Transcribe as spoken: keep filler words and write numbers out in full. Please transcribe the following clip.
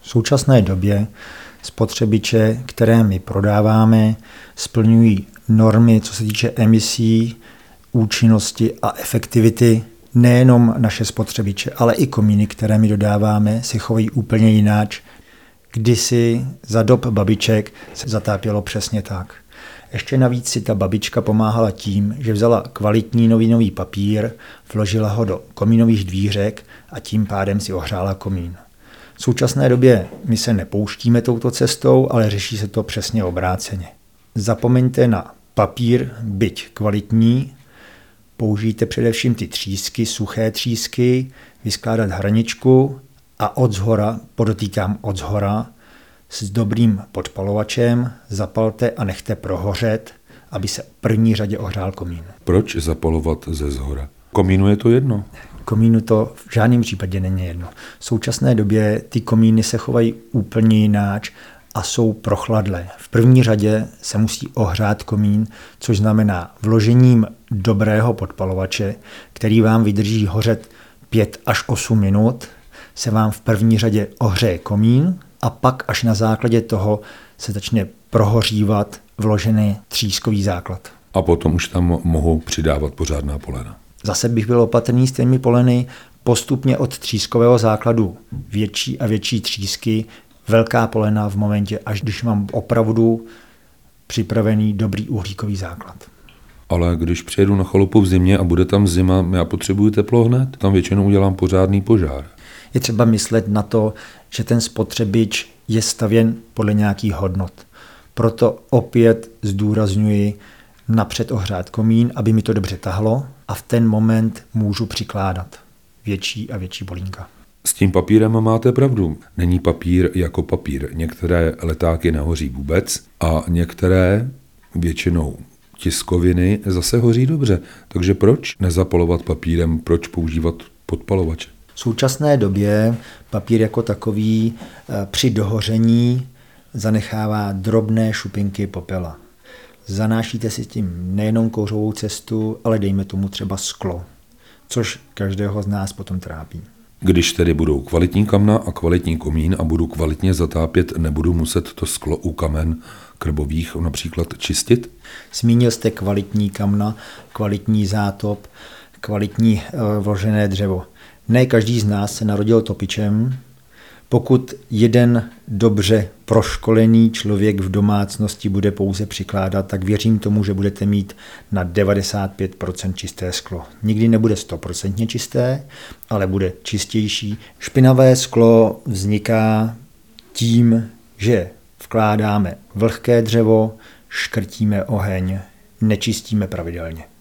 V současné době spotřebiče, které my prodáváme, splňují normy, co se týče emisí, účinnosti a efektivity. Nejenom naše spotřebiče, ale i komíny, které my dodáváme, si chovají úplně jináč. Kdysi za dob babiček se zatápělo přesně tak. Ještě navíc si ta babička pomáhala tím, že vzala kvalitní novinový papír, vložila ho do komínových dvířek a tím pádem si ohřála komín. V současné době my se nepouštíme touto cestou, ale řeší se to přesně obráceně. Zapomeňte na papír, byť kvalitní, použijte především ty třísky, suché třísky, vyskládat hraničku a odzhora, podotýkám odzhora, s dobrým podpalovačem zapalte a nechte prohořet, aby se v první řadě ohřál komín. Proč zapalovat ze zhora? Komínu je to jedno? Komínu to v žádném případě není jedno. V současné době ty komíny se chovají úplně jináč a jsou prochladlé. V první řadě se musí ohřát komín, což znamená vložením dobrého podpalovače, který vám vydrží hořet pět až osm minut, se vám v první řadě ohřeje komín a pak až na základě toho se začne prohořívat vložený třískový základ. A potom už tam mohou přidávat pořádná polena. Zase bych byl opatrný s těmi poleny, postupně od třískového základu větší a větší třísky, velká polena v momentě, až když mám opravdu připravený dobrý uhlíkový základ. Ale když přijedu na chalupu v zimě a bude tam zima, já potřebuju teplo hned, tam většinou udělám pořádný požár. Je třeba myslet na to, že ten spotřebič je stavěn podle nějakých hodnot. Proto opět zdůrazňuji napřed ohřát komín, aby mi to dobře tahlo a v ten moment můžu přikládat větší a větší polínka. S tím papírem máte pravdu. Není papír jako papír. Některé letáky nehoří vůbec a některé, většinou tiskoviny, zase hoří dobře. Takže proč nezapalovat papírem, proč používat podpalovače? V současné době papír jako takový při dohoření zanechává drobné šupinky popela. Zanášíte si tím nejenom kouřovou cestu, ale dejme tomu třeba sklo, což každého z nás potom trápí. Když tedy budou kvalitní kamna a kvalitní komín a budu kvalitně zatápět, nebudu muset to sklo u kamen krbových například čistit? Zmínil jste kvalitní kamna, kvalitní zátop, kvalitní uh, vložené dřevo. Ne každý z nás se narodil topičem. Pokud jeden dobře proškolený člověk v domácnosti bude pouze přikládat, tak věřím tomu, že budete mít na devadesát pět procent čisté sklo. Nikdy nebude sto procent čisté, ale bude čistější. Špinavé sklo vzniká tím, že vkládáme vlhké dřevo, škrtíme oheň, nečistíme pravidelně.